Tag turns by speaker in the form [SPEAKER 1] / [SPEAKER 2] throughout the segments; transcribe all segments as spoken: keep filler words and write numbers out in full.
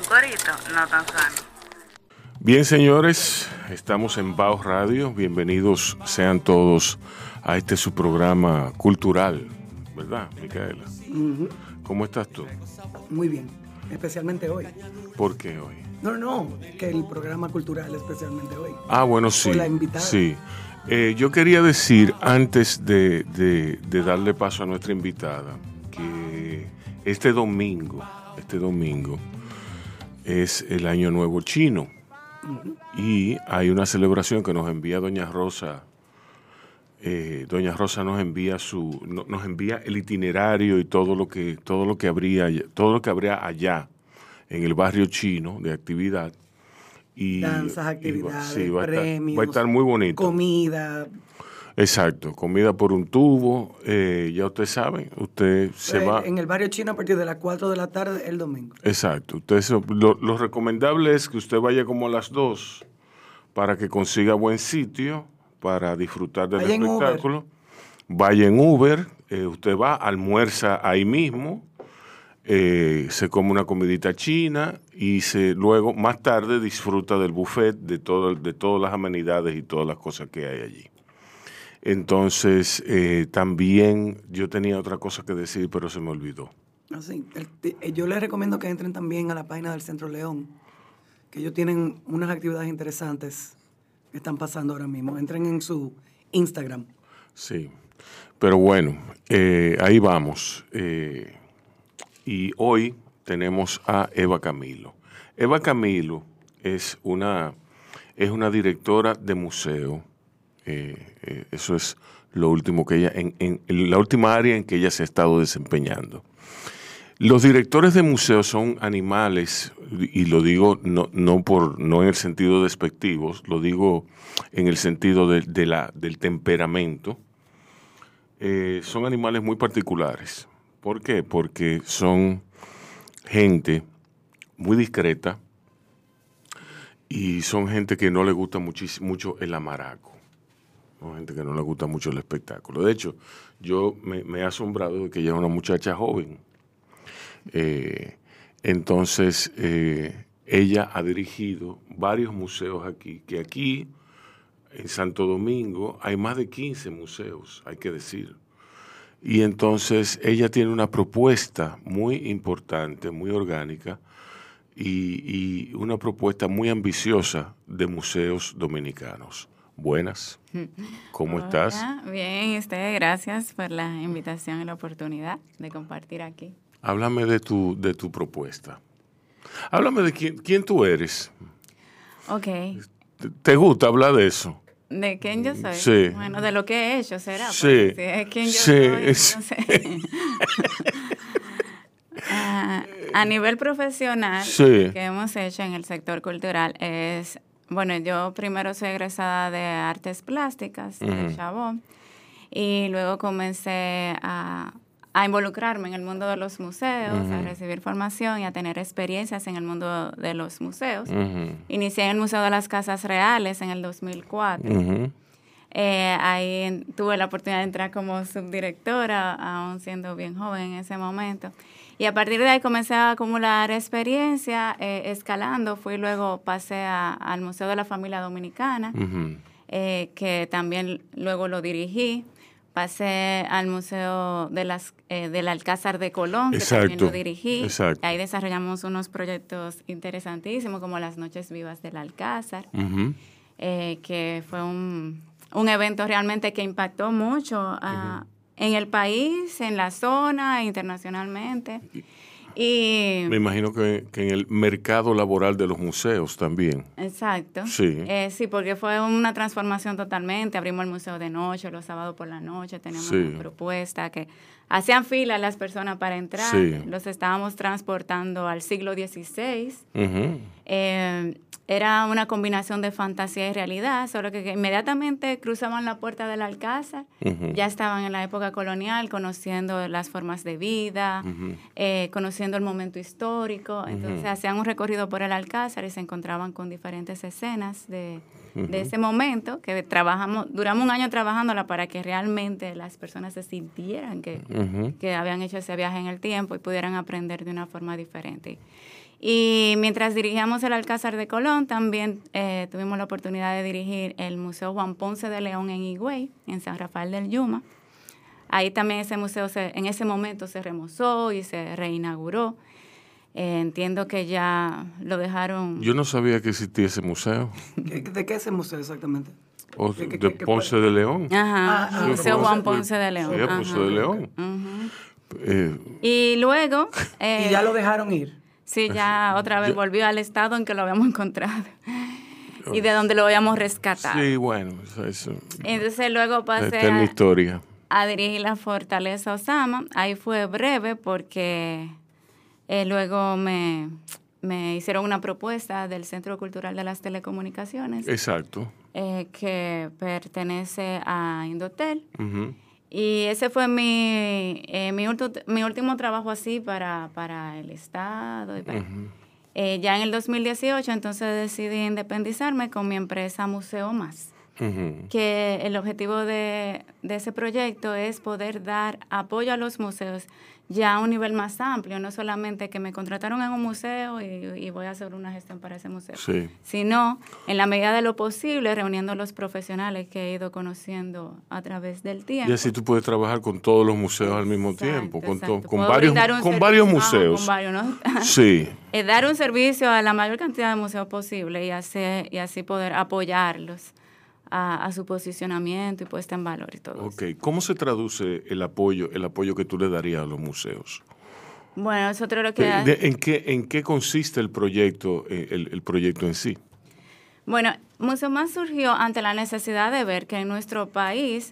[SPEAKER 1] corito no tan sano.
[SPEAKER 2] Bien, señores, estamos en Baos Radio. Bienvenidos sean todos a este su programa cultural, ¿verdad, Micaela?
[SPEAKER 3] Uh-huh.
[SPEAKER 2] ¿Cómo estás tú?
[SPEAKER 3] Muy bien, especialmente hoy.
[SPEAKER 2] ¿Por qué hoy?
[SPEAKER 3] No, no, que el programa cultural especialmente hoy.
[SPEAKER 2] Ah, bueno, sí.
[SPEAKER 3] Por la invitada.
[SPEAKER 2] Sí. Eh, yo quería decir, antes de, de, de darle paso a nuestra invitada, que este domingo, este domingo, es el Año Nuevo Chino. Uh-huh. Y hay una celebración que nos envía Doña Rosa. Eh, Doña Rosa nos envía su, no, nos envía el itinerario y todo lo que, todo lo que habría, todo lo que habría allá en el barrio chino de actividad. Y,
[SPEAKER 3] danzas, actividades,
[SPEAKER 2] y va, sí, va
[SPEAKER 3] premios,
[SPEAKER 2] a estar, va a estar muy bonito.
[SPEAKER 3] Comida.
[SPEAKER 2] Exacto, comida por un tubo, eh, ya usted sabe, usted se
[SPEAKER 3] eh,
[SPEAKER 2] va...
[SPEAKER 3] En el barrio chino a partir de las cuatro de la tarde el domingo.
[SPEAKER 2] Exacto, usted se, lo, lo recomendable es que usted vaya como a las dos para que consiga buen sitio para disfrutar del
[SPEAKER 3] vaya
[SPEAKER 2] espectáculo.
[SPEAKER 3] En
[SPEAKER 2] vaya en Uber, eh, usted va, almuerza ahí mismo, eh, se come una comidita china y se luego más tarde disfruta del buffet, de, todo, de todas las amenidades y todas las cosas que hay allí. Entonces, eh, también yo tenía otra cosa que decir, pero se me olvidó.
[SPEAKER 3] Así, el, yo les recomiendo que entren también a la página del Centro León, que ellos tienen unas actividades interesantes que están pasando ahora mismo. Entren en su Instagram.
[SPEAKER 2] Sí, pero bueno, eh, ahí vamos. Eh, y hoy tenemos a Eva Camilo. Eva Camilo es una, es una directora de museo. Eh, eh, eso es lo último que ella, en, en, en la última área en que ella se ha estado desempeñando. Los directores de museos son animales, y lo digo no, no, por, no en el sentido despectivo, lo digo en el sentido de, de la, del temperamento. Eh, son animales muy particulares. ¿Por qué? Porque son gente muy discreta y son gente que no le gusta muchísimo, mucho el amaraco. Son gente que no le gusta mucho el espectáculo. De hecho, yo me, me he asombrado de que ella es una muchacha joven. Eh, entonces, eh, ella ha dirigido varios museos aquí, que aquí en Santo Domingo hay más de quince museos, hay que decir. Y entonces ella tiene una propuesta muy importante, muy orgánica y, y una propuesta muy ambiciosa de museos dominicanos. Buenas, ¿cómo
[SPEAKER 1] Hola,
[SPEAKER 2] estás?
[SPEAKER 1] Bien, y usted, gracias por la invitación y la oportunidad de compartir aquí.
[SPEAKER 2] Háblame de tu, de tu propuesta. Háblame de quién, quién tú eres.
[SPEAKER 1] Ok.
[SPEAKER 2] ¿Te, te gusta hablar de eso?
[SPEAKER 1] ¿De quién yo soy?
[SPEAKER 2] Sí.
[SPEAKER 1] Bueno, de lo que he hecho, ¿será?
[SPEAKER 2] Sí.
[SPEAKER 1] Porque si es quién yo
[SPEAKER 2] sí.
[SPEAKER 1] soy, entonces... uh, a nivel profesional,
[SPEAKER 2] sí.
[SPEAKER 1] que hemos hecho en el sector cultural es... Bueno, yo primero soy egresada de artes plásticas, uh-huh. de Chabón, y luego comencé a... a involucrarme en el mundo de los museos, uh-huh. a recibir formación y a tener experiencias en el mundo de los museos. Uh-huh. Inicié en el Museo de las Casas Reales en el dos mil cuatro. Uh-huh. Eh, ahí en, tuve la oportunidad de entrar como subdirectora, aún siendo bien joven en ese momento. Y a partir de ahí comencé a acumular experiencia, eh, escalando. Fui luego, pasé a, al Museo de la Familia Dominicana, uh-huh. eh, que también luego lo dirigí. Pasé al Museo de las, eh, del Alcázar de Colón, que
[SPEAKER 2] exacto,
[SPEAKER 1] también lo dirigí.
[SPEAKER 2] Exacto.
[SPEAKER 1] Ahí desarrollamos unos proyectos interesantísimos, como las Noches Vivas del Alcázar,
[SPEAKER 2] uh-huh.
[SPEAKER 1] eh, que fue un, un evento realmente que impactó mucho uh, uh-huh. en el país, en la zona, internacionalmente. Y
[SPEAKER 2] me imagino que, que en el mercado laboral de los museos también.
[SPEAKER 1] Exacto.
[SPEAKER 2] Sí.
[SPEAKER 1] Eh, sí, porque fue una transformación totalmente. Abrimos el museo de noche, los sábados por la noche, teníamos sí. una propuesta que hacían fila las personas para entrar.
[SPEAKER 2] Sí.
[SPEAKER 1] Los estábamos transportando al siglo dieciséis.
[SPEAKER 2] Uh-huh.
[SPEAKER 1] Eh, era una combinación de fantasía y realidad, solo que, que inmediatamente cruzaban la puerta del Alcázar, uh-huh. ya estaban en la época colonial, conociendo las formas de vida, uh-huh. eh, conociendo haciendo el momento histórico. Entonces uh-huh. hacían un recorrido por el Alcázar y se encontraban con diferentes escenas de, uh-huh. de ese momento, que trabajamos, duramos un año trabajándola para que realmente las personas se sintieran que, uh-huh. que habían hecho ese viaje en el tiempo y pudieran aprender de una forma diferente. Y mientras dirigíamos el Alcázar de Colón, también eh, tuvimos la oportunidad de dirigir el Museo Juan Ponce de León en Higüey, en San Rafael del Yuma. Ahí también ese museo se, en ese momento se remozó y se reinauguró. Eh, entiendo que ya lo dejaron...
[SPEAKER 2] Yo no sabía que existía ese museo.
[SPEAKER 3] ¿De, de qué es ese museo exactamente?
[SPEAKER 2] O,
[SPEAKER 3] ¿Qué, qué,
[SPEAKER 2] de
[SPEAKER 3] qué,
[SPEAKER 2] Ponce
[SPEAKER 3] qué
[SPEAKER 2] de León.
[SPEAKER 1] Ajá,
[SPEAKER 3] ah,
[SPEAKER 1] Museo Juan Ponce de León.
[SPEAKER 2] Sí,
[SPEAKER 1] Ajá.
[SPEAKER 2] Ponce de León.
[SPEAKER 1] Uh-huh.
[SPEAKER 2] Eh,
[SPEAKER 1] y luego... Eh,
[SPEAKER 3] ¿Y ya lo dejaron ir?
[SPEAKER 1] Sí, ya otra vez
[SPEAKER 2] ya.
[SPEAKER 1] volvió al estado en que lo habíamos encontrado y de donde lo habíamos rescatado.
[SPEAKER 2] Sí, bueno, eso, eso.
[SPEAKER 1] Entonces luego pasé
[SPEAKER 2] Esta es mi
[SPEAKER 1] a,
[SPEAKER 2] historia.
[SPEAKER 1] a dirigir la Fortaleza Osama. Ahí fue breve porque eh, luego me, me hicieron una propuesta del Centro Cultural de las Telecomunicaciones.
[SPEAKER 2] Exacto.
[SPEAKER 1] Eh, que pertenece a Indotel.
[SPEAKER 2] Uh-huh.
[SPEAKER 1] Y ese fue mi, eh, mi, ulti- mi último trabajo así para, para el Estado. Y para, uh-huh. eh, ya en el dos mil dieciocho, entonces decidí independizarme con mi empresa Museo Más. Uh-huh. Que el objetivo de, de ese proyecto es poder dar apoyo a los museos ya a un nivel más amplio, no solamente que me contrataron en un museo y, y voy a hacer una gestión para ese museo,
[SPEAKER 2] sí.
[SPEAKER 1] sino en la medida de lo posible reuniendo a los profesionales que he ido conociendo a través del tiempo.
[SPEAKER 2] Y así tú puedes trabajar con todos los museos al mismo
[SPEAKER 1] Exacto,
[SPEAKER 2] tiempo, con, to, con,
[SPEAKER 1] Puedo
[SPEAKER 2] varios, con
[SPEAKER 1] servicio,
[SPEAKER 2] varios museos.
[SPEAKER 1] Con varios, ¿no?
[SPEAKER 2] Sí.
[SPEAKER 1] Es dar un servicio a la mayor cantidad de museos posible y, hacer, y así poder apoyarlos A, a su posicionamiento y puesta en valor y todo
[SPEAKER 2] okay.
[SPEAKER 1] eso.
[SPEAKER 2] ¿Cómo se traduce el apoyo, el apoyo que tú le darías a los museos?
[SPEAKER 1] Bueno, eso otro lo que...
[SPEAKER 2] De, de, ¿en, qué, ¿En qué consiste el proyecto, el, el proyecto en sí?
[SPEAKER 1] Bueno, Museo Más surgió ante la necesidad de ver que en nuestro país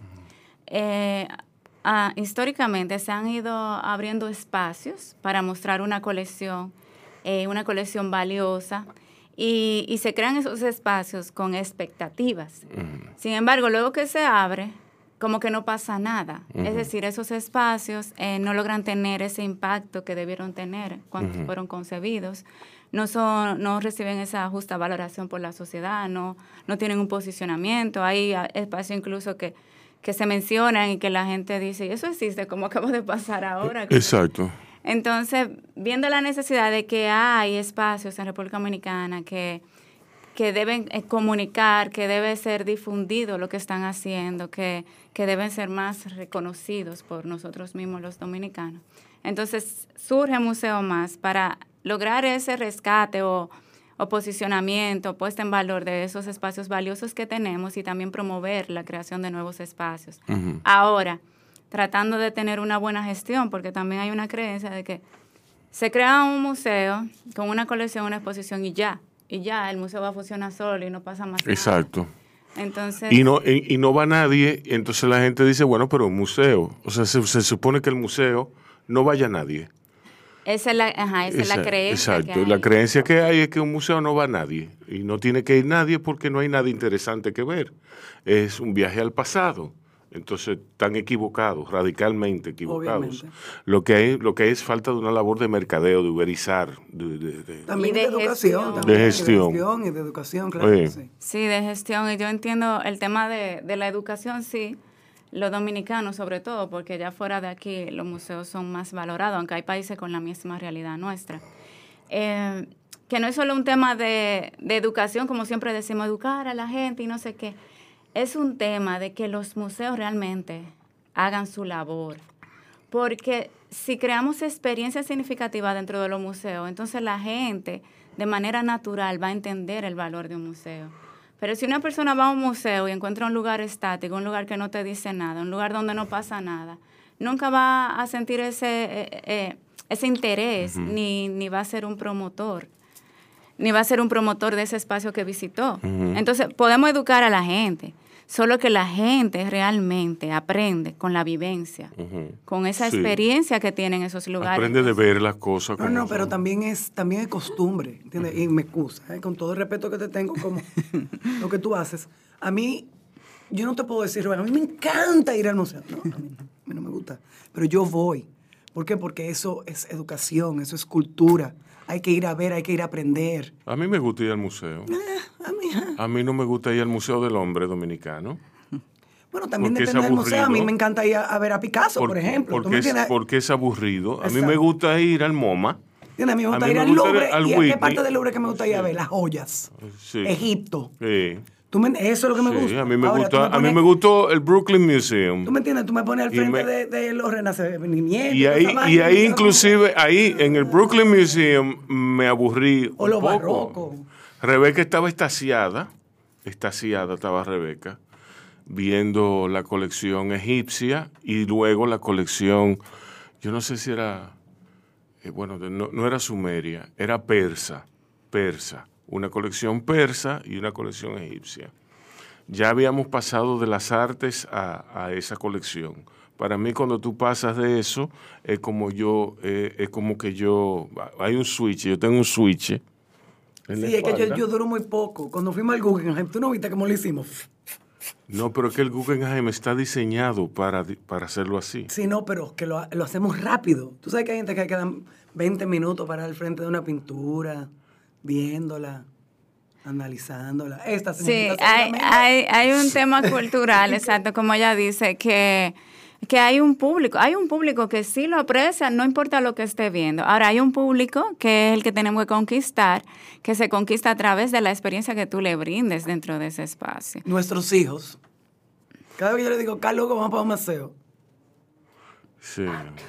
[SPEAKER 1] eh, ah, históricamente se han ido abriendo espacios para mostrar una colección, eh, una colección valiosa. Y, y se crean esos espacios con expectativas. Uh-huh. Sin embargo, luego que se abre, como que no pasa nada. Uh-huh. Es decir, esos espacios eh, no logran tener ese impacto que debieron tener cuando uh-huh. fueron concebidos. No, son, no reciben esa justa valoración por la sociedad, no, no tienen un posicionamiento. Hay espacios incluso que, que se mencionan y que la gente dice, ¿y eso existe? ¿Cómo acaba de pasar ahora?
[SPEAKER 2] Exacto.
[SPEAKER 1] Entonces, viendo la necesidad de que hay espacios en República Dominicana que, que deben eh, comunicar, que debe ser difundido lo que están haciendo, que, que deben ser más reconocidos por nosotros mismos los dominicanos. Entonces, surge Museo Más para lograr ese rescate o, o posicionamiento, puesta en valor de esos espacios valiosos que tenemos y también promover la creación de nuevos espacios. Uh-huh. Ahora, tratando de tener una buena gestión, porque también hay una creencia de que se crea un museo con una colección, una exposición y ya, y ya el museo va a funcionar solo y no pasa más nada.
[SPEAKER 2] Exacto.
[SPEAKER 1] Entonces,
[SPEAKER 2] y no y, y no va nadie, entonces la gente dice, bueno, pero un museo, o sea, se, se supone que el museo no vaya nadie.
[SPEAKER 1] Esa es la, ajá, esa Esa, es la creencia.
[SPEAKER 2] Exacto,
[SPEAKER 1] que hay.
[SPEAKER 2] La creencia que hay es que un museo no va a nadie y no tiene que ir nadie porque no hay nada interesante que ver. Es un viaje al pasado. Entonces, están equivocados, radicalmente equivocados. Obviamente. Lo que hay, lo que hay es falta de una labor de mercadeo, de uberizar. De, de, de,
[SPEAKER 3] también
[SPEAKER 1] de,
[SPEAKER 3] de educación.
[SPEAKER 1] También.
[SPEAKER 3] De
[SPEAKER 2] gestión.
[SPEAKER 3] De gestión y de educación, claro.
[SPEAKER 2] Oye.
[SPEAKER 3] Que sí.
[SPEAKER 1] sí, de gestión. Y yo entiendo el tema de, de la educación, sí, los dominicanos sobre todo, porque ya fuera de aquí los museos son más valorados, aunque hay países con la misma realidad nuestra. Eh, que no es solo un tema de, de educación, como siempre decimos, educar a la gente y no sé qué. Es un tema de que los museos realmente hagan su labor. Porque si creamos experiencias significativas dentro de los museos, entonces la gente de manera natural va a entender el valor de un museo. Pero si una persona va a un museo y encuentra un lugar estático, un lugar que no te dice nada, un lugar donde no pasa nada, nunca va a sentir ese, eh, eh, ese interés, uh-huh. ni, ni va a ser un promotor. ni va a ser un promotor de ese espacio que visitó. Uh-huh. Entonces, podemos educar a la gente, solo que la gente realmente aprende con la vivencia, uh-huh. con esa sí. experiencia que tienen esos lugares.
[SPEAKER 2] Aprende de ver las cosas.
[SPEAKER 3] No, no, pero también es también es costumbre, ¿entiendes? Uh-huh. Y me excusa, ¿eh? Con todo el respeto que te tengo, como lo que tú haces. A mí, yo no te puedo decir, Rubén, a mí me encanta ir al museo. No, a mí, a mí no me gusta, pero yo voy. ¿Por qué? Porque eso es educación, eso es cultura. Hay que ir a ver, hay que ir a aprender.
[SPEAKER 2] A mí me gusta ir al museo.
[SPEAKER 3] Eh, a mí,
[SPEAKER 2] A mí no me gusta ir al Museo del Hombre Dominicano.
[SPEAKER 3] bueno, también
[SPEAKER 2] Porque es
[SPEAKER 3] depende del museo. A mí
[SPEAKER 2] aburrido.
[SPEAKER 3] me encanta ir a, a ver a Picasso, por,
[SPEAKER 2] Porque,
[SPEAKER 3] ejemplo. ¿Tú
[SPEAKER 2] porque,
[SPEAKER 3] me
[SPEAKER 2] es,
[SPEAKER 3] entiendes?
[SPEAKER 2] porque es aburrido. A mí
[SPEAKER 3] Exacto.
[SPEAKER 2] me gusta ir al MoMA.
[SPEAKER 3] ¿Entiendes? A mí me gusta
[SPEAKER 2] a mí
[SPEAKER 3] ir
[SPEAKER 2] me
[SPEAKER 3] al
[SPEAKER 2] gusta ir
[SPEAKER 3] Louvre.
[SPEAKER 2] al
[SPEAKER 3] ¿Y a qué
[SPEAKER 2] Whitney.
[SPEAKER 3] parte del Louvre que me gusta ir a ver? Las joyas.
[SPEAKER 2] Sí.
[SPEAKER 3] Egipto.
[SPEAKER 2] Sí.
[SPEAKER 3] ¿Tú me- eso es lo que me
[SPEAKER 2] Sí,
[SPEAKER 3] gusta.
[SPEAKER 2] a mí me,
[SPEAKER 3] Ahora, tú
[SPEAKER 2] gusta,
[SPEAKER 3] me
[SPEAKER 2] a mí
[SPEAKER 3] pones-
[SPEAKER 2] me gustó el Brooklyn Museum.
[SPEAKER 3] ¿Tú me entiendes? Tú me pones al
[SPEAKER 2] Y
[SPEAKER 3] frente
[SPEAKER 2] me-
[SPEAKER 3] de, de los renacimientos.
[SPEAKER 2] Y ahí,
[SPEAKER 3] esa
[SPEAKER 2] y
[SPEAKER 3] vaina,
[SPEAKER 2] ahí
[SPEAKER 3] esa
[SPEAKER 2] inclusive, ahí en el Brooklyn Museum me aburrí
[SPEAKER 3] O
[SPEAKER 2] un
[SPEAKER 3] lo
[SPEAKER 2] poco.
[SPEAKER 3] barroco.
[SPEAKER 2] Rebeca estaba extasiada, extasiada estaba Rebeca, viendo la colección egipcia y luego la colección, yo no sé si era, eh, bueno, de- no, no era sumeria, era persa, persa, una colección persa y una colección egipcia. Ya habíamos pasado de las artes a, a esa colección. Para mí, cuando tú pasas de eso, es como yo, eh, es como que yo, hay un switch, yo tengo un switch en la
[SPEAKER 3] Sí, es que yo,
[SPEAKER 2] espalda.
[SPEAKER 3] yo duro muy poco. Cuando fuimos al Guggenheim, ¿tú no viste cómo lo hicimos?
[SPEAKER 2] No, pero es que el Guggenheim está diseñado para, di- para hacerlo así.
[SPEAKER 3] Sí, no, pero que lo, lo hacemos rápido. Tú sabes que hay gente que quedan veinte minutos para al frente de una pintura, viéndola, analizándola. Esta
[SPEAKER 1] Sí,
[SPEAKER 3] señorita
[SPEAKER 1] hay,
[SPEAKER 3] seguramente-
[SPEAKER 1] hay, hay un tema cultural, exacto, como ella dice, que, que hay un público, hay un público que sí lo aprecia, no importa lo que esté viendo. Ahora, hay un público que es el que tenemos que conquistar, que se conquista a través de la experiencia que tú le brindes dentro de ese espacio.
[SPEAKER 3] Nuestros hijos. Cada vez que yo le digo, Carlos, vamos para un museo.
[SPEAKER 2] Sí.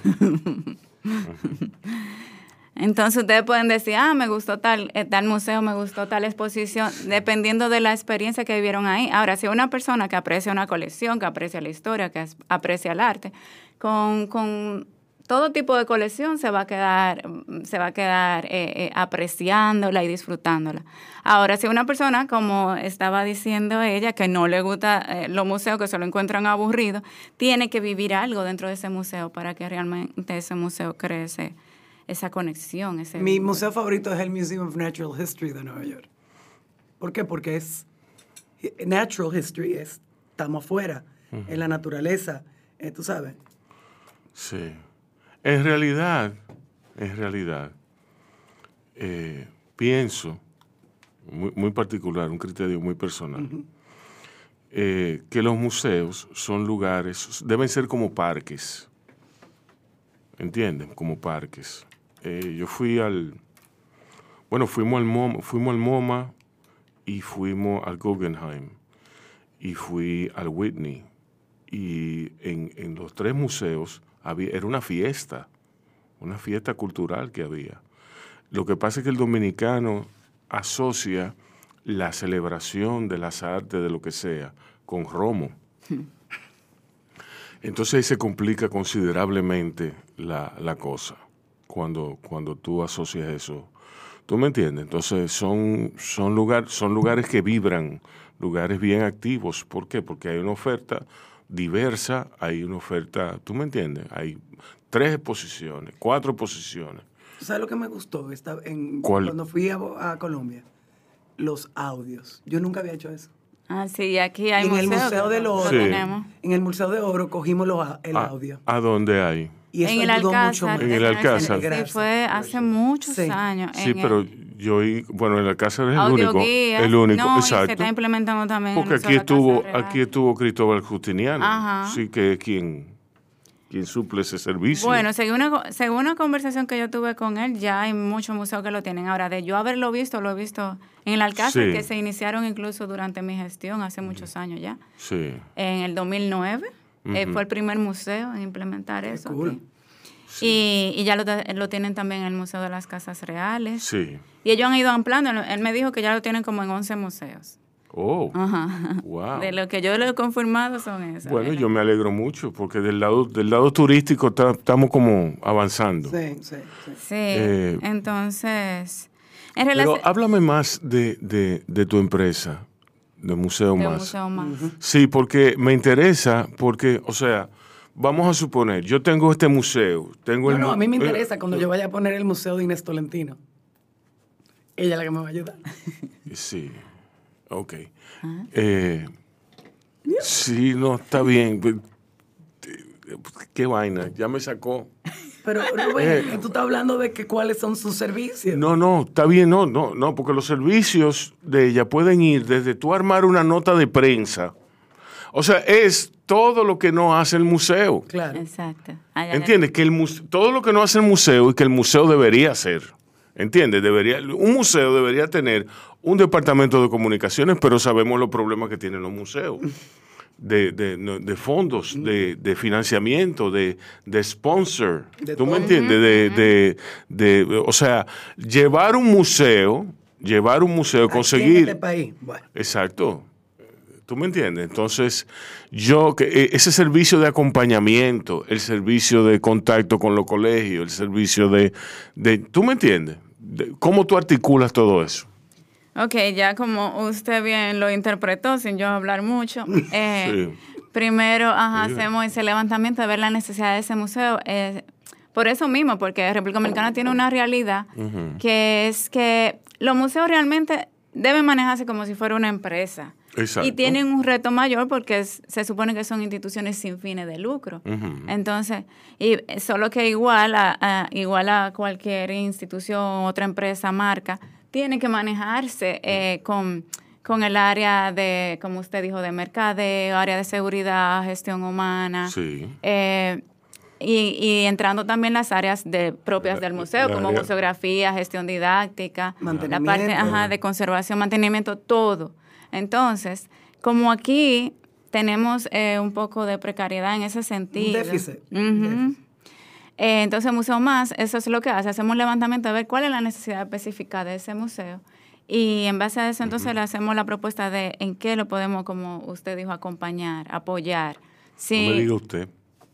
[SPEAKER 1] Entonces ustedes pueden decir, ah, me gustó tal, eh, tal museo, me gustó tal exposición, dependiendo de la experiencia que vivieron ahí. Ahora, si una persona que aprecia una colección, que aprecia la historia, que as- aprecia el arte, con, con todo tipo de colección se va a quedar, mm, se va a quedar eh, eh, apreciándola y disfrutándola. Ahora, si una persona, como estaba diciendo ella, que no le gusta eh, los museos, que se lo encuentran aburridos, tiene que vivir algo dentro de ese museo para que realmente ese museo crece esa conexión. Ese
[SPEAKER 3] Mi museo favorito es el Museum of Natural History de Nueva York. ¿Por qué? Porque es natural history, es, estamos afuera, en la naturaleza, eh, tú sabes.
[SPEAKER 2] Sí. En realidad, en realidad, eh, pienso, muy, muy particular, un criterio muy personal, eh, que los museos son lugares, deben ser como parques, ¿entienden? Como parques. Eh, yo fui al, bueno, fuimos al MoMA, fuimos al MoMA y fuimos al Guggenheim y fui al Whitney. Y en, en los tres museos había, era una fiesta, una fiesta cultural que había. Lo que pasa es que el dominicano asocia la celebración de las artes, de lo que sea, con romo. Entonces ahí se complica considerablemente la, la cosa cuando, cuando tú asocias eso. ¿Tú me entiendes? Entonces son, son, lugar, son lugares que vibran, lugares bien activos. ¿Por qué? Porque hay una oferta diversa, hay una oferta, ¿tú me entiendes? Hay tres exposiciones, cuatro exposiciones.
[SPEAKER 3] ¿Tú sabes lo que me gustó esta, en,
[SPEAKER 2] ¿Cuál?
[SPEAKER 3] cuando fui a, a Colombia? Los audios. Yo nunca había hecho eso.
[SPEAKER 1] Ah, sí, y aquí hay
[SPEAKER 3] Y en el
[SPEAKER 1] museos
[SPEAKER 3] Museo
[SPEAKER 1] que
[SPEAKER 3] del
[SPEAKER 1] lo
[SPEAKER 3] Oro,
[SPEAKER 2] Sí.
[SPEAKER 1] tenemos.
[SPEAKER 3] en el Museo de Oro cogimos los a- el
[SPEAKER 2] ¿A,
[SPEAKER 3] audio.
[SPEAKER 2] ¿A dónde hay?
[SPEAKER 3] Y eso
[SPEAKER 1] En el
[SPEAKER 3] ayudó mucho
[SPEAKER 1] Alcázar.
[SPEAKER 3] más.
[SPEAKER 2] En el Alcázar.
[SPEAKER 1] Sí, fue hace muchos
[SPEAKER 3] Sí.
[SPEAKER 1] años.
[SPEAKER 2] Sí,
[SPEAKER 1] en
[SPEAKER 2] pero
[SPEAKER 1] el
[SPEAKER 2] yo oí, bueno, en la casa es el único,
[SPEAKER 1] audioguía.
[SPEAKER 2] el único,
[SPEAKER 1] No, y se
[SPEAKER 2] exacto.
[SPEAKER 1] está implementando también en
[SPEAKER 2] Porque
[SPEAKER 1] el Museo
[SPEAKER 2] aquí
[SPEAKER 1] de la Casa
[SPEAKER 2] estuvo,
[SPEAKER 1] Real.
[SPEAKER 2] aquí estuvo Cristóbal Justiniano,
[SPEAKER 1] Ajá.
[SPEAKER 2] sí que es quien, quien suple ese servicio.
[SPEAKER 1] Bueno, según una, co- según una conversación que yo tuve con él, ya hay muchos museos que lo tienen. Ahora, de yo haberlo visto, lo he visto en el Alcázar,
[SPEAKER 2] Sí.
[SPEAKER 1] que se iniciaron incluso durante mi gestión, hace muchos años ya.
[SPEAKER 2] Sí,
[SPEAKER 1] En el dos mil nueve eh,
[SPEAKER 2] Ujú.
[SPEAKER 1] fue el primer museo en implementar eso.
[SPEAKER 3] cool.
[SPEAKER 1] aquí. Y, y ya lo, te- lo tienen también en el Museo de las Casas Reales.
[SPEAKER 2] sí.
[SPEAKER 1] Y ellos han ido ampliando. Él me dijo que ya lo tienen como en once museos.
[SPEAKER 2] Oh,
[SPEAKER 1] Ajá.
[SPEAKER 2] wow.
[SPEAKER 1] De lo que yo le he confirmado son esos.
[SPEAKER 2] Bueno,
[SPEAKER 1] Él-
[SPEAKER 2] yo me alegro mucho porque del lado, del lado turístico ta- estamos como avanzando.
[SPEAKER 3] Sí, sí, sí.
[SPEAKER 1] Sí,
[SPEAKER 2] Eh,
[SPEAKER 1] entonces, en
[SPEAKER 2] Pero
[SPEAKER 1] relación...
[SPEAKER 2] háblame más de, de, de tu empresa, de Museo
[SPEAKER 1] de un
[SPEAKER 2] Más.
[SPEAKER 1] museo más.
[SPEAKER 2] Sí, porque me interesa, porque, o sea, vamos a suponer, yo tengo este museo, tengo
[SPEAKER 3] No,
[SPEAKER 2] el...
[SPEAKER 3] no,
[SPEAKER 2] mu-
[SPEAKER 3] a mí me
[SPEAKER 2] eh,
[SPEAKER 3] interesa cuando yo vaya a poner el Museo de Inés Tolentino. Ella es la que me va a ayudar.
[SPEAKER 2] Sí, ok. Eh, sí, no, está bien. qué vaina, ya me sacó.
[SPEAKER 3] Pero, Rubén, eh, tú estás hablando de que cuáles son sus servicios.
[SPEAKER 2] No, no, está bien, no, no, no, porque los servicios de ella pueden ir desde tú armar una nota de prensa. O sea, es todo lo que no hace el museo.
[SPEAKER 3] Claro.
[SPEAKER 1] Exacto.
[SPEAKER 2] ¿Entiendes? Que el muse- todo lo que no hace el museo y que el museo debería hacer. ¿Entiendes? Debería, un museo debería tener un departamento de comunicaciones, pero sabemos los problemas que tienen los museos. De, de, de fondos, de, de financiamiento, de, de sponsor.
[SPEAKER 3] De
[SPEAKER 2] ¿Tú me
[SPEAKER 3] todo.
[SPEAKER 2] entiendes? De, de, de, o sea, llevar un museo, llevar un museo,
[SPEAKER 3] Aquí
[SPEAKER 2] conseguir...
[SPEAKER 3] en este país, bueno.
[SPEAKER 2] Exacto. ¿Tú me entiendes? Entonces, yo, que ese servicio de acompañamiento, el servicio de contacto con los colegios, el servicio de... de ¿tú me entiendes? De, ¿cómo tú articulas todo eso?
[SPEAKER 1] Ok, ya como usted bien lo interpretó, sin yo hablar mucho, eh,
[SPEAKER 2] Sí.
[SPEAKER 1] primero ajá,
[SPEAKER 2] Sí.
[SPEAKER 1] hacemos ese levantamiento de ver la necesidad de ese museo. Eh, por eso mismo, porque República Dominicana tiene una realidad
[SPEAKER 2] Ujú.
[SPEAKER 1] que es que los museos realmente deben manejarse como si fuera una empresa.
[SPEAKER 2] Exacto.
[SPEAKER 1] Y tienen un reto mayor porque es- se supone que son instituciones sin fines de lucro.
[SPEAKER 2] Ujú.
[SPEAKER 1] Entonces, y solo que igual a, a- igual a cualquier institución, otra empresa, marca, tiene que manejarse eh, con, con el área de, como usted dijo, de mercadeo, área de seguridad, gestión humana.
[SPEAKER 2] Sí.
[SPEAKER 1] eh, y, y entrando también las áreas de, propias del museo,
[SPEAKER 2] La
[SPEAKER 1] como
[SPEAKER 2] área-
[SPEAKER 1] museografía, gestión didáctica, la
[SPEAKER 3] Mantenimiento.
[SPEAKER 1] parte ajá, de conservación, mantenimiento, todo. Entonces, como aquí tenemos eh, un poco de precariedad en ese sentido.
[SPEAKER 3] déficit.
[SPEAKER 1] Ujú.
[SPEAKER 3] Un déficit.
[SPEAKER 1] Eh, entonces, Museo Más, eso es lo que hace. Hacemos un levantamiento de ver cuál es la necesidad específica de ese museo. Y en base a eso, entonces, le hacemos la propuesta de en qué lo podemos, como usted dijo, acompañar, apoyar. Sí.
[SPEAKER 2] No me diga usted.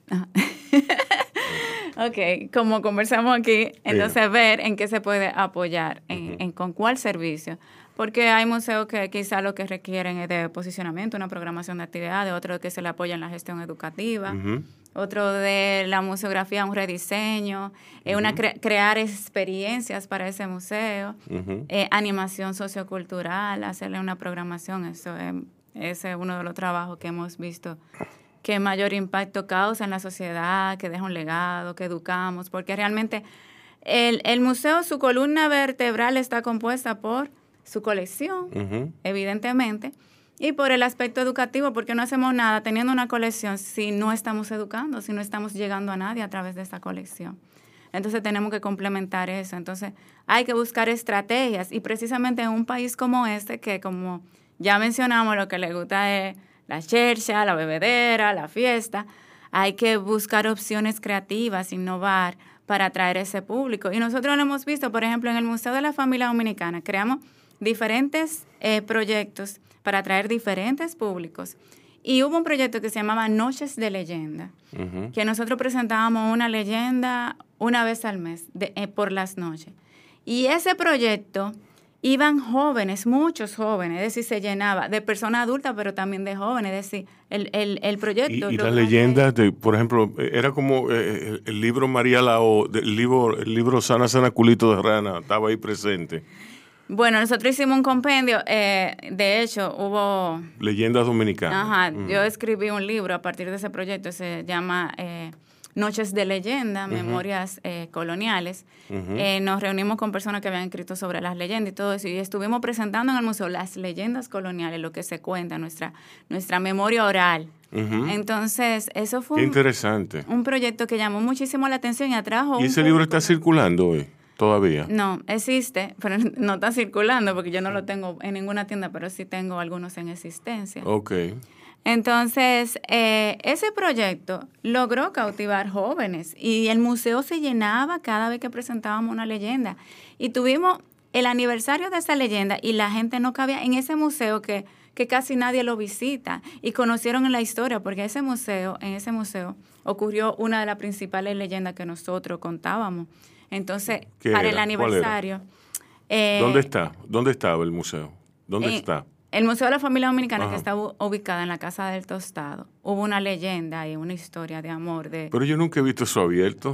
[SPEAKER 1] Ok, como conversamos aquí, entonces ver en qué se puede apoyar, en, en con cuál servicio. Porque hay museos que quizá lo que requieren es de posicionamiento, una programación de actividades, otro que se le apoya en la gestión educativa,
[SPEAKER 2] Ujú.
[SPEAKER 1] otro de la museografía, un rediseño, eh, una cre- crear experiencias para ese museo,
[SPEAKER 2] Ujú.
[SPEAKER 1] eh, animación sociocultural, hacerle una programación, eso es, ese es uno de los trabajos que hemos visto que mayor impacto causa en la sociedad, que deja un legado, que educamos, porque realmente el, el museo, su columna vertebral está compuesta por su colección,
[SPEAKER 2] Ujú.
[SPEAKER 1] evidentemente, y por el aspecto educativo, porque no hacemos nada teniendo una colección si no estamos educando, si no estamos llegando a nadie a través de esa colección. Entonces tenemos que complementar eso. Entonces hay que buscar estrategias y precisamente en un país como este, que como ya mencionamos, lo que le gusta es la chercha, la bebedera, la fiesta, hay que buscar opciones creativas, innovar para atraer ese público. Y nosotros lo hemos visto, por ejemplo, en el Museo de la Familia Dominicana, creamos diferentes eh, proyectos para atraer diferentes públicos. Y hubo un proyecto que se llamaba Noches de Leyenda,
[SPEAKER 2] Ujú.
[SPEAKER 1] que nosotros presentábamos una leyenda una vez al mes, de, eh, por las noches. Y ese proyecto iban jóvenes, muchos jóvenes, es decir, se llenaba de personas adultas, pero también de jóvenes, es decir, el, el, el
[SPEAKER 2] Y,
[SPEAKER 1] proyecto...
[SPEAKER 2] y
[SPEAKER 1] lo
[SPEAKER 2] las
[SPEAKER 1] que hace-
[SPEAKER 2] leyendas, de, por ejemplo, eh, era como eh, el, el libro María Lao, el libro, el libro Sana Sana Culito de Rana, estaba ahí presente.
[SPEAKER 1] Bueno, nosotros hicimos un compendio, eh, de hecho, hubo...
[SPEAKER 2] Leyendas dominicanas.
[SPEAKER 1] Ajá,
[SPEAKER 2] Mm.
[SPEAKER 1] yo escribí un libro a partir de ese proyecto, se llama eh, Noches de Leyenda, Memorias eh, Coloniales.
[SPEAKER 2] Ujú.
[SPEAKER 1] Eh, nos reunimos con personas que habían escrito sobre las leyendas y todo eso, y estuvimos presentando en el museo las leyendas coloniales, lo que se cuenta, nuestra, nuestra memoria oral.
[SPEAKER 2] Ujú.
[SPEAKER 1] Entonces, eso fue
[SPEAKER 2] Qué
[SPEAKER 1] un,
[SPEAKER 2] interesante.
[SPEAKER 1] un proyecto que llamó muchísimo la atención y atrajo...
[SPEAKER 2] ¿Y
[SPEAKER 1] un
[SPEAKER 2] ese libro
[SPEAKER 1] público.
[SPEAKER 2] está circulando hoy todavía?
[SPEAKER 1] No, existe, pero no está circulando porque yo no lo tengo en ninguna tienda, pero sí tengo algunos en existencia.
[SPEAKER 2] Ok.
[SPEAKER 1] Entonces, eh, ese proyecto logró cautivar jóvenes y el museo se llenaba cada vez que presentábamos una leyenda. Y tuvimos el aniversario de esa leyenda y la gente no cabía en ese museo que, que casi nadie lo visita. Y conocieron en la historia porque ese museo, en ese museo ocurrió una de las principales leyendas que nosotros contábamos. Entonces,
[SPEAKER 2] ¿Qué
[SPEAKER 1] para
[SPEAKER 2] era?
[SPEAKER 1] el
[SPEAKER 2] ¿Cuál
[SPEAKER 1] aniversario... eh,
[SPEAKER 2] ¿Dónde está? ¿Dónde estaba el museo? ¿Dónde
[SPEAKER 1] en
[SPEAKER 2] está?
[SPEAKER 1] El Museo de la Familia Dominicana,
[SPEAKER 2] Ajá.
[SPEAKER 1] que está u- ubicada en la Casa del Tostado, hubo una leyenda y una historia de amor. de
[SPEAKER 2] Pero yo nunca he visto eso abierto.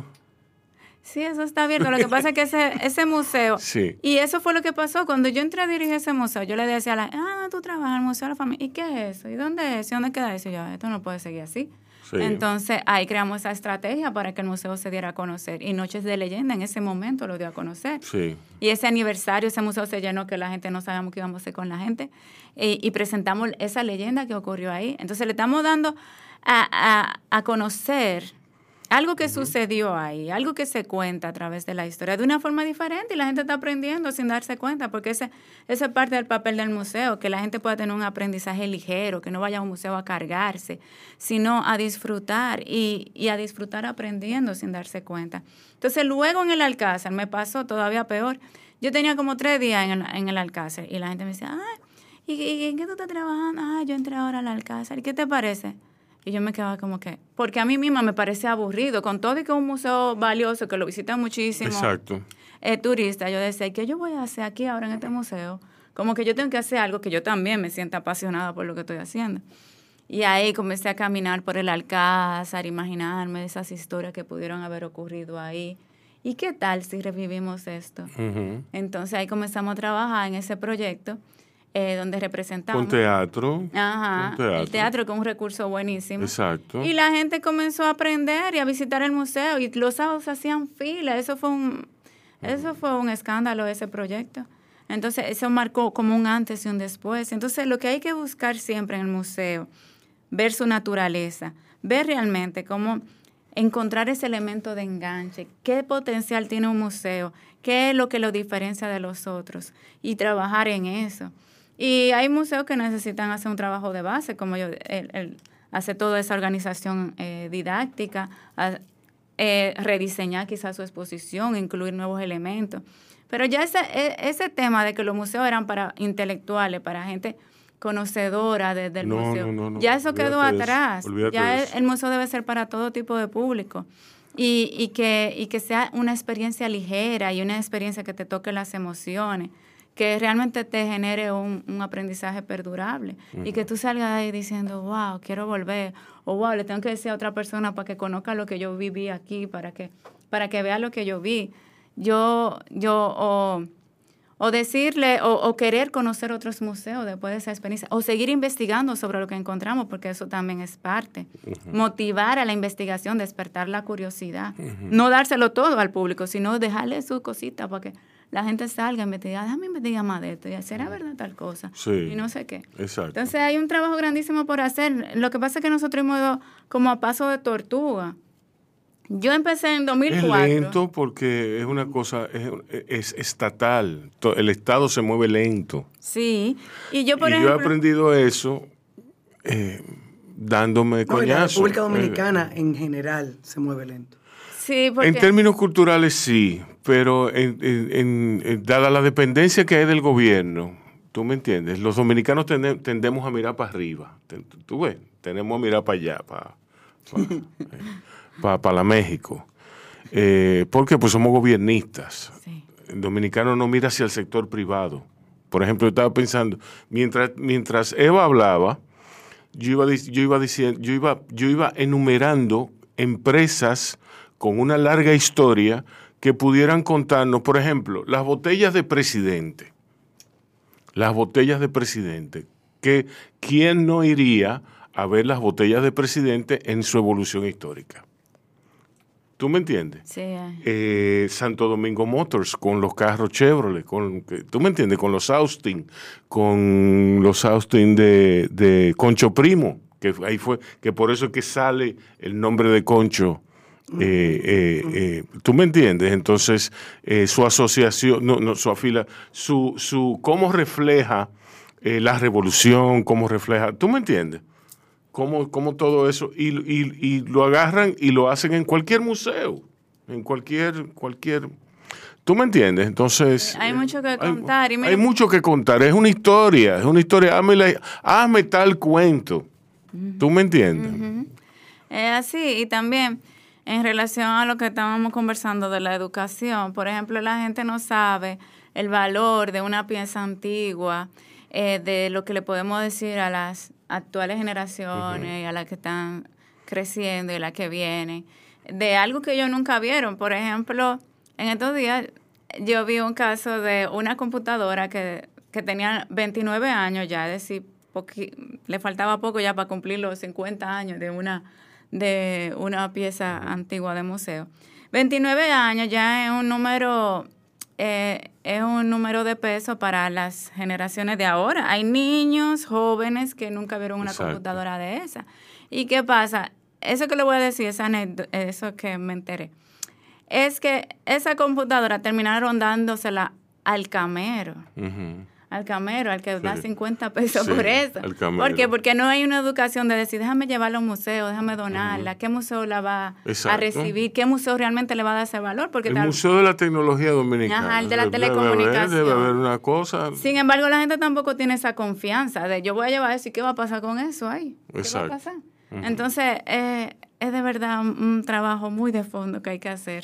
[SPEAKER 1] Sí, eso está abierto. Lo que pasa es que ese, ese museo...
[SPEAKER 2] Sí.
[SPEAKER 1] Y eso fue lo que pasó. Cuando yo entré a dirigir ese museo, yo le decía a la... Ah, tú trabajas en el Museo de la Familia. ¿Y qué es eso? ¿Y dónde es? ¿Y dónde queda eso? Y yo, esto no puede seguir así.
[SPEAKER 2] Sí.
[SPEAKER 1] Entonces, ahí creamos esa estrategia para que el museo se diera a conocer. Y Noches de Leyenda en ese momento lo dio a conocer.
[SPEAKER 2] Sí.
[SPEAKER 1] Y ese aniversario, ese museo se llenó que la gente no sabíamos qué íbamos a hacer con la gente. Y, y presentamos esa leyenda que ocurrió ahí. Entonces, le estamos dando a, a, a conocer algo que uh-huh. sucedió ahí, algo que se cuenta a través de la historia de una forma diferente y la gente está aprendiendo sin darse cuenta, porque ese, ese es parte del papel del museo, que la gente pueda tener un aprendizaje ligero, que no vaya a un museo a cargarse, sino a disfrutar y, y a disfrutar aprendiendo sin darse cuenta. Entonces, luego en el Alcázar me pasó todavía peor. Yo tenía como tres días en el, en el Alcázar y la gente me decía, ah, ¿y, y en qué tú estás trabajando? Ah, yo entré ahora al Alcázar. ¿Y qué te parece? Y yo me quedaba como que, porque a mí misma me parece aburrido, con todo y que es un museo valioso, que lo visitan muchísimo
[SPEAKER 2] Exacto.
[SPEAKER 1] Eh, turistas. Yo decía, ¿qué yo voy a hacer aquí ahora en este museo? Como que yo tengo que hacer algo que yo también me sienta apasionada por lo que estoy haciendo. Y ahí comencé a caminar por el Alcázar, imaginarme esas historias que pudieron haber ocurrido ahí. ¿Y qué tal si revivimos esto? Uh-huh. Entonces ahí comenzamos a trabajar en ese proyecto. Eh, donde representamos.
[SPEAKER 2] Un teatro.
[SPEAKER 1] Ajá,
[SPEAKER 2] un teatro.
[SPEAKER 1] El teatro, que es un recurso buenísimo.
[SPEAKER 2] Exacto.
[SPEAKER 1] Y la gente comenzó a aprender y a visitar el museo y los sábados hacían fila. Eso fue un, eso fue un escándalo, ese proyecto. Entonces, eso marcó como un antes y un después. Entonces, lo que hay que buscar siempre en el museo, ver su naturaleza, ver realmente cómo encontrar ese elemento de enganche, qué potencial tiene un museo, qué es lo que lo diferencia de los otros y trabajar en eso. Y hay museos que necesitan hacer un trabajo de base, como yo, el, el, hacer toda esa organización eh, didáctica, a, eh, rediseñar quizás su exposición, incluir nuevos elementos. Pero ya ese, ese tema de que los museos eran para intelectuales, para gente conocedora de, del
[SPEAKER 2] no,
[SPEAKER 1] museo,
[SPEAKER 2] no, no, no.
[SPEAKER 1] ya eso
[SPEAKER 2] Olvídate
[SPEAKER 1] quedó atrás.
[SPEAKER 2] Eso.
[SPEAKER 1] Ya
[SPEAKER 2] el,
[SPEAKER 1] el museo debe ser para todo tipo de público. Y, y, que, y que sea una experiencia ligera y una experiencia que te toque las emociones, que realmente te genere un, un aprendizaje perdurable uh-huh. y que tú salgas de ahí diciendo, wow, quiero volver, o wow, le tengo que decir a otra persona para que conozca lo que yo viví aquí, para que, para que vea lo que yo vi. Yo, yo, o, o decirle, o, o querer conocer otros museos después de esa experiencia, o seguir investigando sobre lo que encontramos, porque eso también es parte. Uh-huh. Motivar a la investigación, despertar la curiosidad. Uh-huh. No dárselo todo al público, sino dejarle sus cositas para que la gente salga a investigar, déjame investigar más de esto, y será verdad tal cosa,
[SPEAKER 2] sí,
[SPEAKER 1] y no sé qué.
[SPEAKER 2] Exacto.
[SPEAKER 1] Entonces hay un trabajo grandísimo por hacer. Lo que pasa es que nosotros hemos ido como a paso de tortuga. Yo empecé en dos mil cuatro.
[SPEAKER 2] Es lento porque es una cosa, es, es estatal, el Estado se mueve lento.
[SPEAKER 1] Sí, y yo por
[SPEAKER 2] y
[SPEAKER 1] ejemplo...
[SPEAKER 2] yo he aprendido eso eh, dándome
[SPEAKER 3] no,
[SPEAKER 2] coñazo.
[SPEAKER 3] La República Dominicana eh, en general se mueve lento.
[SPEAKER 1] Sí, porque...
[SPEAKER 2] En términos culturales sí, pero en, en, en, dada la dependencia que hay del gobierno, ¿tú me entiendes? Los dominicanos tende, tendemos a mirar para arriba. ¿Tú ves? Tenemos a mirar para allá, para, para, eh, para, para la México. Eh, ¿Por qué? Pues somos gobiernistas.
[SPEAKER 1] Sí.
[SPEAKER 2] El dominicano no mira hacia el sector privado. Por ejemplo, yo estaba pensando, mientras, mientras Eva hablaba, yo iba, yo iba diciendo, yo iba, yo iba enumerando empresas con una larga historia que pudieran contarnos, por ejemplo, las botellas de Presidente. Las botellas de Presidente. Que, ¿quién no iría a ver las botellas de Presidente en su evolución histórica? ¿Tú me entiendes?
[SPEAKER 1] Sí.
[SPEAKER 2] Eh, Santo Domingo Motors, con los carros Chevrolet, con, ¿tú me entiendes? Con los Austin, con los Austin de, de Concho Primo, que ahí fue, que por eso es que sale el nombre de Concho. Eh, eh, eh, ¿Tú me entiendes? Entonces, eh, su asociación, no, no, su afila, su, su, cómo refleja eh, la revolución, cómo refleja, ¿tú me entiendes? Cómo, cómo todo eso, y, y, y lo agarran y lo hacen en cualquier museo, en cualquier, cualquier, ¿tú me entiendes? Entonces...
[SPEAKER 1] Hay mucho que contar.
[SPEAKER 2] Hay,
[SPEAKER 1] y mira,
[SPEAKER 2] hay mucho que contar, es una historia, es una historia, hazme, la, hazme tal cuento, uh-huh. ¿Tú me entiendes?
[SPEAKER 1] Uh-huh. Es así, y también... En relación a lo que estábamos conversando de la educación, por ejemplo, la gente no sabe el valor de una pieza antigua, eh, de lo que le podemos decir a las actuales generaciones, uh-huh. y a las que están creciendo y las que vienen, de algo que ellos nunca vieron. Por ejemplo, en estos días yo vi un caso de una computadora que, que tenía veintinueve años ya, es decir, poqui, le faltaba poco ya para cumplir los cincuenta años de una... de una pieza antigua de museo. veintinueve años ya es un número, eh, es un número de peso para las generaciones de ahora. Hay niños jóvenes que nunca vieron una Exacto. computadora de esa. ¿Y qué pasa? Eso que le voy a decir, esa anécdota, eso que me enteré, es que esa computadora terminaron dándosela al camero. Uh-huh. Al camero, al que sí. da cincuenta pesos sí, por eso. ¿Por qué? Porque no hay una educación de decir, déjame llevarla a un museo, déjame donarla, uh-huh. qué museo la va Exacto. a recibir, qué museo realmente le va a dar ese valor. Porque
[SPEAKER 2] el
[SPEAKER 1] tal...
[SPEAKER 2] Museo de la Tecnología Dominicana.
[SPEAKER 1] Ajá, el de la
[SPEAKER 2] debe
[SPEAKER 1] telecomunicación.
[SPEAKER 2] Haber, debe haber una cosa.
[SPEAKER 1] Sin embargo, la gente tampoco tiene esa confianza de yo voy a llevar eso y qué va a pasar con eso ahí. ¿Qué
[SPEAKER 2] Exacto.
[SPEAKER 1] va a pasar? Uh-huh. Entonces, eh, es de verdad un, un trabajo muy de fondo que hay que hacer.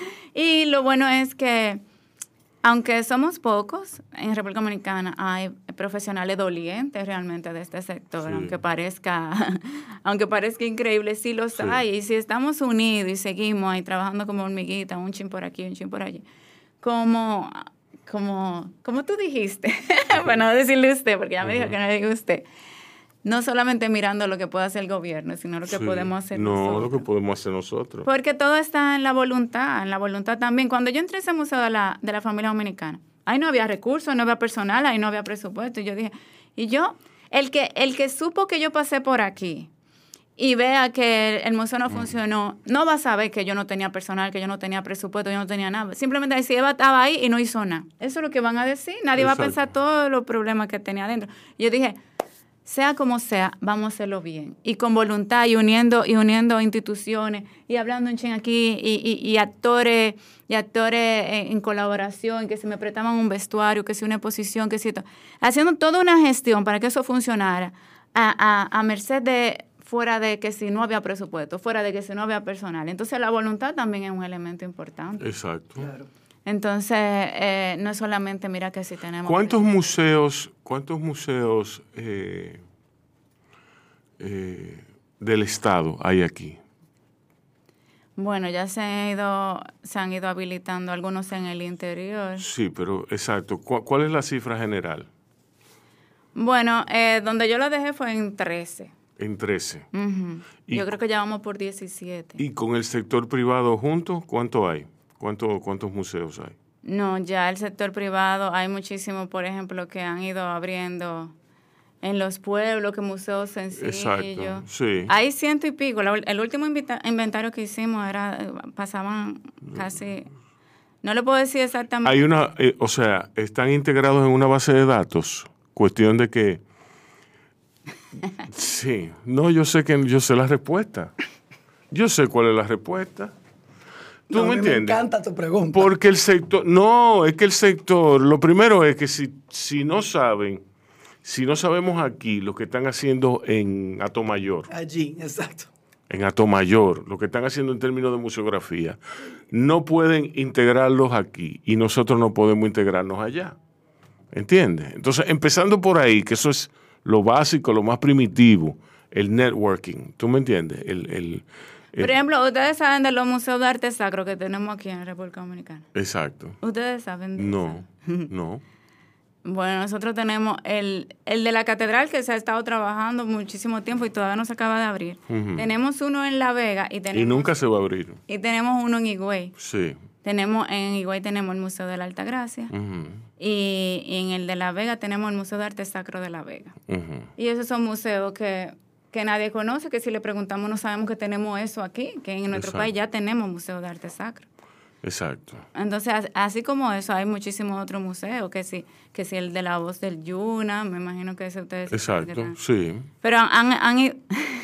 [SPEAKER 1] Y lo bueno es que aunque somos pocos, en República Dominicana hay profesionales dolientes realmente de este sector, sí. aunque parezca aunque parezca increíble, sí los sí. hay. Y si estamos unidos y seguimos ahí trabajando como hormiguita, un chin por aquí, un chin por allí, como, como, como tú dijiste, para no decirle usted, porque ya me uh-huh. dijo que no le diga usted, no solamente mirando lo que puede hacer el gobierno, sino lo que sí, podemos hacer
[SPEAKER 2] no,
[SPEAKER 1] nosotros.
[SPEAKER 2] No, lo que podemos hacer nosotros.
[SPEAKER 1] Porque todo está en la voluntad, en la voluntad también. Cuando yo entré a ese museo de la, de la familia dominicana, ahí no había recursos, no había personal, ahí no había presupuesto. Y yo dije, y yo, el que, el que supo que yo pasé por aquí y vea que el, el museo no mm. funcionó, no va a saber que yo no tenía personal, que yo no tenía presupuesto, yo no tenía nada. Simplemente decir, Eva estaba ahí y no hizo nada. Eso es lo que van a decir. Nadie Exacto. va a pensar todos los problemas que tenía adentro. Y yo dije, sea como sea, vamos a hacerlo bien. Y con voluntad y uniendo, y uniendo instituciones y hablando un ching aquí y, y, y actores, y actores en, en colaboración, que se me prestaban un vestuario, que si una exposición, que si todo. Haciendo toda una gestión para que eso funcionara a, a, a merced de, fuera de que si no había presupuesto, fuera de que si no había personal. Entonces la voluntad también es un elemento importante.
[SPEAKER 2] Exacto.
[SPEAKER 3] Claro.
[SPEAKER 1] Entonces, eh, no es solamente, mira que si tenemos...
[SPEAKER 2] ¿Cuántos museos, cuántos museos eh, eh, del Estado hay aquí?
[SPEAKER 1] Bueno, ya se han ido, se han ido habilitando algunos en el interior.
[SPEAKER 2] Sí, pero exacto. ¿Cu- ¿Cuál es la cifra general?
[SPEAKER 1] Bueno, eh, donde yo lo dejé fue en trece.
[SPEAKER 2] En trece.
[SPEAKER 1] Uh-huh. Yo creo que ya vamos por diecisiete.
[SPEAKER 2] ¿Y con el sector privado juntos, cuánto hay? ¿Cuánto, ¿Cuántos museos hay?
[SPEAKER 1] No, ya el sector privado, hay muchísimos, por ejemplo, que han ido abriendo en los pueblos, que museos sencillos.
[SPEAKER 2] Exacto, sí.
[SPEAKER 1] Hay ciento y pico. El último invita- inventario que hicimos era, pasaban casi, no le puedo decir exactamente.
[SPEAKER 2] Hay una, eh, o sea, están integrados en una base de datos. Cuestión de que, sí, no, yo sé que yo sé la respuesta. Yo sé cuál es la respuesta. ¿Tú
[SPEAKER 3] no,
[SPEAKER 2] me entiendes?
[SPEAKER 3] Me encanta tu pregunta.
[SPEAKER 2] Porque el sector, no, es que el sector, lo primero es que si, si no saben, si no sabemos aquí lo que están haciendo en Atomayor.
[SPEAKER 3] Allí, exacto.
[SPEAKER 2] En Atomayor, lo que están haciendo en términos de museografía, no pueden integrarlos aquí y nosotros no podemos integrarnos allá. ¿Entiendes? Entonces, empezando por ahí, que eso es lo básico, lo más primitivo, el networking. ¿Tú me entiendes? El... el
[SPEAKER 1] Por ejemplo, ustedes saben de los museos de arte sacro que tenemos aquí en la República Dominicana.
[SPEAKER 2] Exacto.
[SPEAKER 1] ¿Ustedes saben de
[SPEAKER 2] No,
[SPEAKER 1] eso?
[SPEAKER 2] no.
[SPEAKER 1] Bueno, nosotros tenemos el, el de la catedral que se ha estado trabajando muchísimo tiempo y todavía no se acaba de abrir. Uh-huh. Tenemos uno en La Vega y tenemos...
[SPEAKER 2] Y nunca se va a abrir.
[SPEAKER 1] Y tenemos uno en Higüey.
[SPEAKER 2] Sí.
[SPEAKER 1] Tenemos, en Higüey tenemos el Museo de la Altagracia. Uh-huh. y, y en el de La Vega tenemos el Museo de Arte Sacro de La Vega. Uh-huh. Y esos son museos que... que nadie conoce, que si le preguntamos no sabemos que tenemos eso aquí, que en nuestro Exacto. país ya tenemos Museo de Arte Sacro.
[SPEAKER 2] Exacto.
[SPEAKER 1] Entonces, así como eso, hay muchísimos otros museos, que si, que si el de la voz del Yuna, me imagino que ese ustedes...
[SPEAKER 2] Exacto, sí.
[SPEAKER 1] Pero han, han, ido...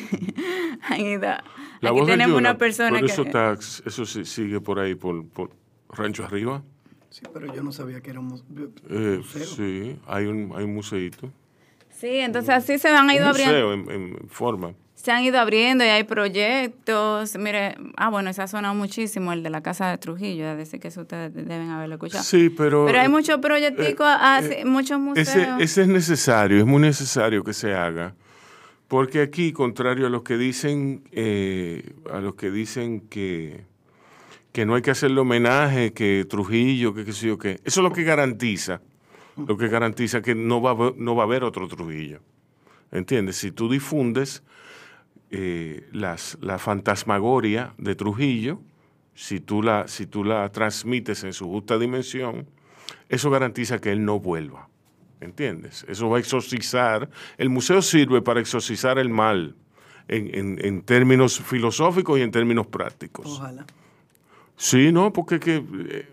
[SPEAKER 1] han ido...
[SPEAKER 2] La
[SPEAKER 1] aquí
[SPEAKER 2] voz
[SPEAKER 1] tenemos
[SPEAKER 2] del Yuna,
[SPEAKER 1] una persona
[SPEAKER 2] por eso
[SPEAKER 1] que...
[SPEAKER 2] Está, eso sigue por ahí, por, por Rancho Arriba.
[SPEAKER 3] Sí, pero yo no sabía que era un museo.
[SPEAKER 2] Eh, sí, hay un, hay un museíto.
[SPEAKER 1] Sí, entonces así se han ido
[SPEAKER 2] un
[SPEAKER 1] abriendo.
[SPEAKER 2] Museo en, en forma.
[SPEAKER 1] Se han ido abriendo y hay proyectos. Mire, ah, bueno, se ha sonado muchísimo el de la Casa de Trujillo, es decir, que eso ustedes deben haberlo escuchado.
[SPEAKER 2] Sí, pero...
[SPEAKER 1] Pero hay muchos proyecticos, eh, eh, muchos museos.
[SPEAKER 2] Ese, ese es necesario, es muy necesario que se haga, porque aquí, contrario a los que dicen, eh, a los que dicen que, que no hay que hacerle homenaje, que Trujillo, que qué sé yo qué, eso es lo que garantiza, lo que garantiza que no va, a, no va a haber otro Trujillo. ¿Entiendes? Si tú difundes eh, las, la fantasmagoria de Trujillo, si tú, la, si tú la transmites en su justa dimensión, eso garantiza que él no vuelva. ¿Entiendes? Eso va a exorcizar. El museo sirve para exorcizar el mal en, en, en términos filosóficos y en términos prácticos.
[SPEAKER 3] Ojalá.
[SPEAKER 2] Sí, no, porque que... Eh,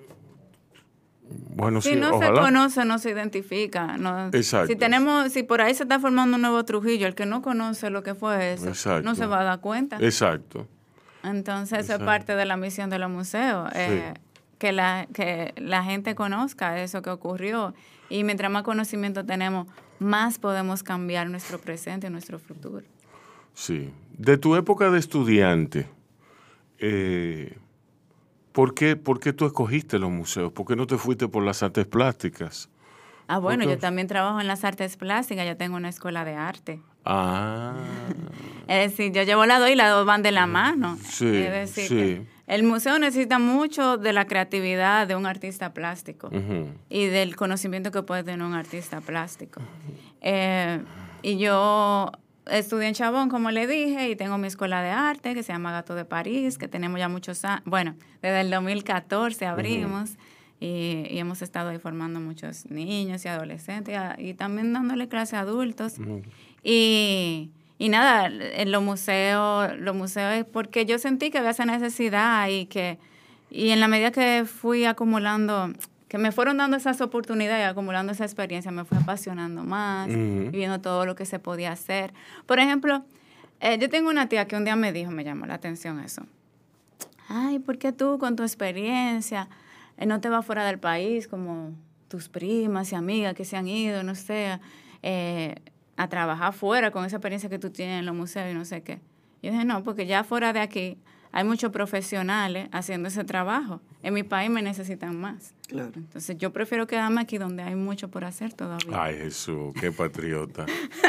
[SPEAKER 2] bueno,
[SPEAKER 1] si
[SPEAKER 2] sí,
[SPEAKER 1] no
[SPEAKER 2] ojalá.
[SPEAKER 1] se conoce, no se identifica. No.
[SPEAKER 2] Exacto.
[SPEAKER 1] Si tenemos, si por ahí se está formando un nuevo Trujillo, el que no conoce lo que fue eso,
[SPEAKER 2] Exacto.
[SPEAKER 1] no se va a dar cuenta.
[SPEAKER 2] Exacto.
[SPEAKER 1] Entonces, eso
[SPEAKER 2] Exacto.
[SPEAKER 1] es parte de la misión de los museos, eh,
[SPEAKER 2] Sí.
[SPEAKER 1] que, la, que la gente conozca eso que ocurrió. Y mientras más conocimiento tenemos, más podemos cambiar nuestro presente y nuestro futuro.
[SPEAKER 2] Sí. De tu época de estudiante, eh, ¿por qué, ¿por qué tú escogiste los museos? ¿Por qué no te fuiste por las artes plásticas?
[SPEAKER 1] Ah, bueno,
[SPEAKER 2] Porque-
[SPEAKER 1] yo también trabajo en las artes plásticas, yo tengo una escuela de arte.
[SPEAKER 2] Ah,
[SPEAKER 1] Es decir, yo llevo la dos y las dos van de la mano.
[SPEAKER 2] sí,
[SPEAKER 1] es decir,
[SPEAKER 2] sí.
[SPEAKER 1] que el museo necesita mucho de la creatividad de un artista plástico
[SPEAKER 2] ujú.
[SPEAKER 1] y del conocimiento que puede tener un artista plástico. Eh, y yo estudié en Chabón, como le dije, y tengo mi escuela de arte que se llama Gato de París, que tenemos ya muchos años. Bueno, desde el dos mil catorce abrimos. Y, y hemos estado ahí formando muchos niños y adolescentes y, a- y también dándole clase a adultos.
[SPEAKER 2] Ujú.
[SPEAKER 1] Y, y nada, en los museos, los museos es porque yo sentí que había esa necesidad y que y en la medida que fui acumulando, que me fueron dando esas oportunidades, acumulando esa experiencia, me fui apasionando más,
[SPEAKER 2] Ujú.
[SPEAKER 1] y viendo todo lo que se podía hacer. Por ejemplo, eh, yo tengo una tía que un día me dijo, me llamó la atención eso. Ay, ¿por qué tú con tu experiencia eh, no te vas fuera del país como tus primas y amigas que se han ido, no sé, eh, a trabajar fuera con esa experiencia que tú tienes en los museos y no sé qué? Yo dije, no, porque ya fuera de aquí hay muchos profesionales haciendo ese trabajo. En mi país me necesitan más.
[SPEAKER 3] Claro.
[SPEAKER 1] Entonces yo prefiero quedarme aquí donde hay mucho por hacer todavía.
[SPEAKER 2] Ay, Jesús, qué patriota.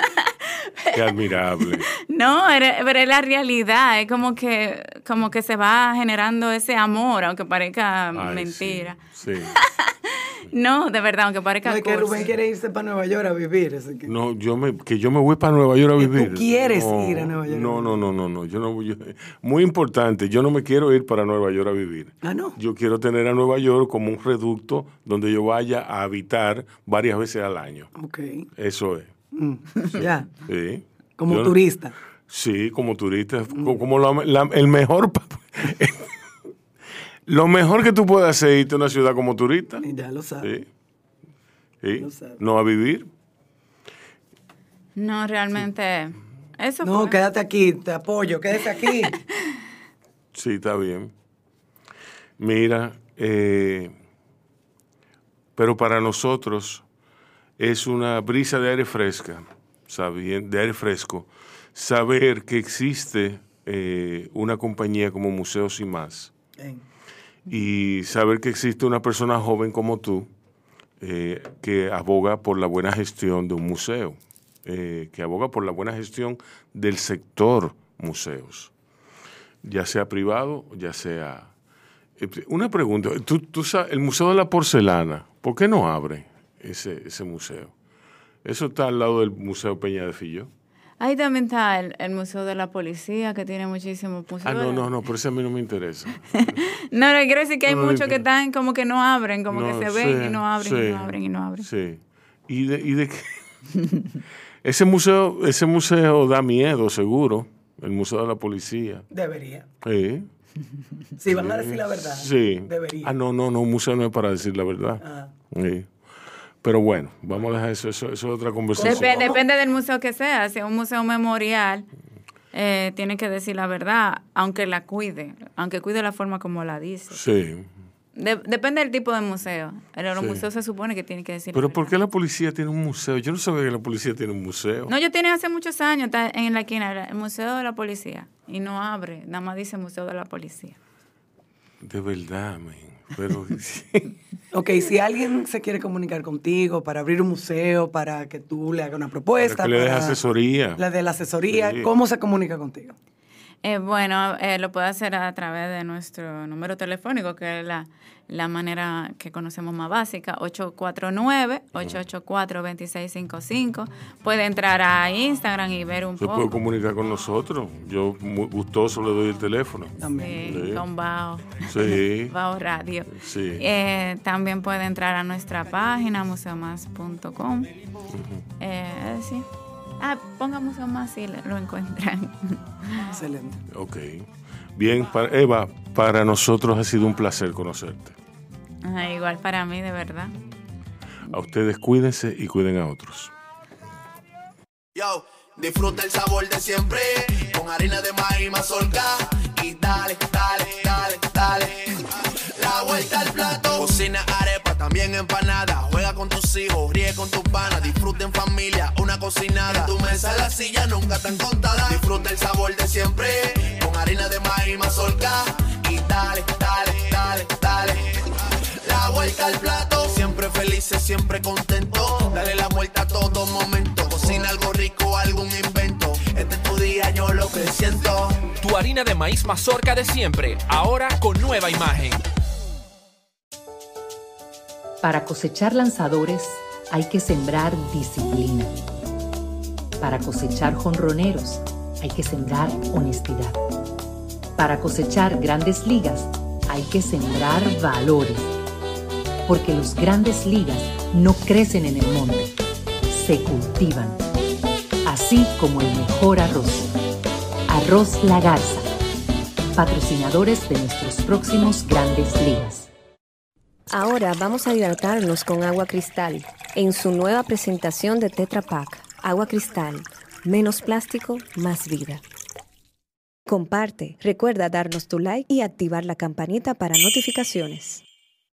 [SPEAKER 2] Qué admirable.
[SPEAKER 1] No, era- pero es la realidad, es como que, como que se va generando ese amor, aunque parezca
[SPEAKER 2] Ay,
[SPEAKER 1] mentira.
[SPEAKER 2] Sí, sí.
[SPEAKER 1] No, de verdad, aunque parezca
[SPEAKER 3] No, es que
[SPEAKER 1] cursi.
[SPEAKER 3] Rubén quiere irse para Nueva York a vivir. Así que...
[SPEAKER 2] No, yo me, que yo me voy para Nueva York a
[SPEAKER 3] Que tú
[SPEAKER 2] vivir.
[SPEAKER 3] quieres
[SPEAKER 2] No,
[SPEAKER 3] ir a Nueva York a
[SPEAKER 2] No,
[SPEAKER 3] vivir.
[SPEAKER 2] no, no, no, no. Yo no voy- yo- muy importante, yo no me quiero ir para Nueva York a vivir.
[SPEAKER 3] Ah, no.
[SPEAKER 2] Yo quiero tener a Nueva York como un reducto donde yo vaya a habitar varias veces al año.
[SPEAKER 3] Ok.
[SPEAKER 2] Eso es.
[SPEAKER 3] Mm, ya.
[SPEAKER 2] Sí.
[SPEAKER 3] Como
[SPEAKER 2] Yo-
[SPEAKER 3] turista.
[SPEAKER 2] Sí, como turista. co- Como la- la- el mejor. pa- Lo mejor que tú puedes hacer es irte a una ciudad como turista.
[SPEAKER 3] Y ya lo sabes.
[SPEAKER 2] Sí. Sí.
[SPEAKER 3] Lo sabes.
[SPEAKER 2] No a vivir.
[SPEAKER 1] No, realmente, eso
[SPEAKER 3] No,
[SPEAKER 1] fue.
[SPEAKER 3] quédate aquí, te apoyo, quédate aquí.
[SPEAKER 2] Sí, está bien. Mira, eh, pero para nosotros es una brisa de aire fresca, sabien- de aire fresco, saber que existe eh, una compañía como Museos y Más,
[SPEAKER 3] Ven.
[SPEAKER 2] y saber que existe una persona joven como tú eh, que aboga por la buena gestión de un museo, eh, que aboga por la buena gestión del sector museos, ya sea privado, ya sea... Eh, Una pregunta, ¿tú, tú sabes, el Museo de la Porcelana, ¿por qué no abre ese, ese museo? Eso está al lado del Museo Peña de Filló.
[SPEAKER 1] Ahí también está el, el Museo de la Policía, que tiene muchísimos museos.
[SPEAKER 2] Ah, no, no, no, por eso a mí no me interesa.
[SPEAKER 1] No, no, quiero decir que hay
[SPEAKER 2] No, no,
[SPEAKER 1] muchos
[SPEAKER 2] no.
[SPEAKER 1] que están como que no abren, como
[SPEAKER 2] No,
[SPEAKER 1] que se ven
[SPEAKER 2] sí,
[SPEAKER 1] y no abren,
[SPEAKER 2] sí,
[SPEAKER 1] y no abren, y no abren.
[SPEAKER 2] Sí. ¿Y de, y de qué? Ese museo, ese museo da miedo, seguro. El Museo de la Policía.
[SPEAKER 3] Debería.
[SPEAKER 2] Sí.
[SPEAKER 3] Si van a decir la verdad.
[SPEAKER 2] Sí.
[SPEAKER 3] Debería.
[SPEAKER 2] Ah, no, no, no, un museo no es para decir la verdad.
[SPEAKER 3] Ah.
[SPEAKER 2] Sí. Pero bueno, vamos a dejar eso, eso, eso es otra conversación.
[SPEAKER 1] Dep- depende del museo que sea. Si es un museo memorial, eh, tiene que decir la verdad, aunque la cuide, aunque cuide la forma como la dice.
[SPEAKER 2] Sí.
[SPEAKER 1] De- depende del tipo de museo. En los
[SPEAKER 2] Sí.
[SPEAKER 1] museos se supone que tiene que decir
[SPEAKER 2] Pero
[SPEAKER 1] la
[SPEAKER 2] ¿por
[SPEAKER 1] verdad.
[SPEAKER 2] qué la policía tiene un museo? Yo no sabía que la policía tiene un museo.
[SPEAKER 1] No, yo tiene hace muchos años, está en la esquina, el Museo de la Policía. Y no abre, nada más dice Museo de la Policía.
[SPEAKER 2] De verdad, men. Pero
[SPEAKER 3] Ok, si alguien se quiere comunicar contigo para abrir un museo, para que tú le hagas una propuesta.
[SPEAKER 2] para que le des
[SPEAKER 3] para
[SPEAKER 2] asesoría.
[SPEAKER 3] La de la asesoría,
[SPEAKER 2] Sí.
[SPEAKER 3] ¿cómo se comunica contigo?
[SPEAKER 1] Eh, bueno, eh, lo puede hacer a través de nuestro número telefónico, que es la, la manera que conocemos más básica, ocho cuatro nueve, ocho ocho cuatro, dos seis cinco cinco. Puede entrar a Instagram y ver un
[SPEAKER 2] Se
[SPEAKER 1] poco.
[SPEAKER 2] puede comunicar con nosotros. Yo muy gustoso le doy el teléfono.
[SPEAKER 3] También.
[SPEAKER 1] Sí,
[SPEAKER 2] Sí.
[SPEAKER 1] con Bao.
[SPEAKER 2] Sí.
[SPEAKER 1] Bao Radio.
[SPEAKER 2] Sí.
[SPEAKER 1] Eh, también puede entrar a nuestra página, museo más punto com. eh, sí. Ah, ponga Museo Más y lo encuentran.
[SPEAKER 3] Excelente.
[SPEAKER 2] Ok. Bien, para, Eva, para nosotros ha sido un placer conocerte.
[SPEAKER 1] Ah, igual para mí, de verdad.
[SPEAKER 2] A ustedes cuídense y cuiden a otros.
[SPEAKER 4] Yo, disfruta el sabor de siempre, con harina de maíz mazorca, y dale, dale, dale, dale, la vuelta al plato. Cocina arepa, también empanada, juega con tus hijos, ríe con tus panas, disfruta en familia, una cocinada. En tu mesa la silla nunca tan contada. Disfruta el sabor de siempre, con harina de maíz mazorca, y dale, dale, dale, dale, la vuelta al plato. Siempre felices, siempre contento, dale la vuelta a todo momento. Cocina algo rico, algún invento, este es tu día, yo lo que siento.
[SPEAKER 5] Tu harina de maíz mazorca de siempre, ahora con nueva imagen.
[SPEAKER 6] Para cosechar lanzadores hay que sembrar disciplina. Para cosechar jonroneros hay que sembrar honestidad. Para cosechar grandes ligas hay que sembrar valores. Porque los grandes ligas no crecen en el monte, se cultivan. Así como el mejor arroz. Arroz La Garza, patrocinadores de nuestros próximos grandes ligas.
[SPEAKER 7] Ahora vamos a hidratarnos con agua cristal en su nueva presentación de Tetra Pak. Agua cristal, menos plástico, más vida. Comparte, recuerda darnos tu like y activar la campanita para notificaciones.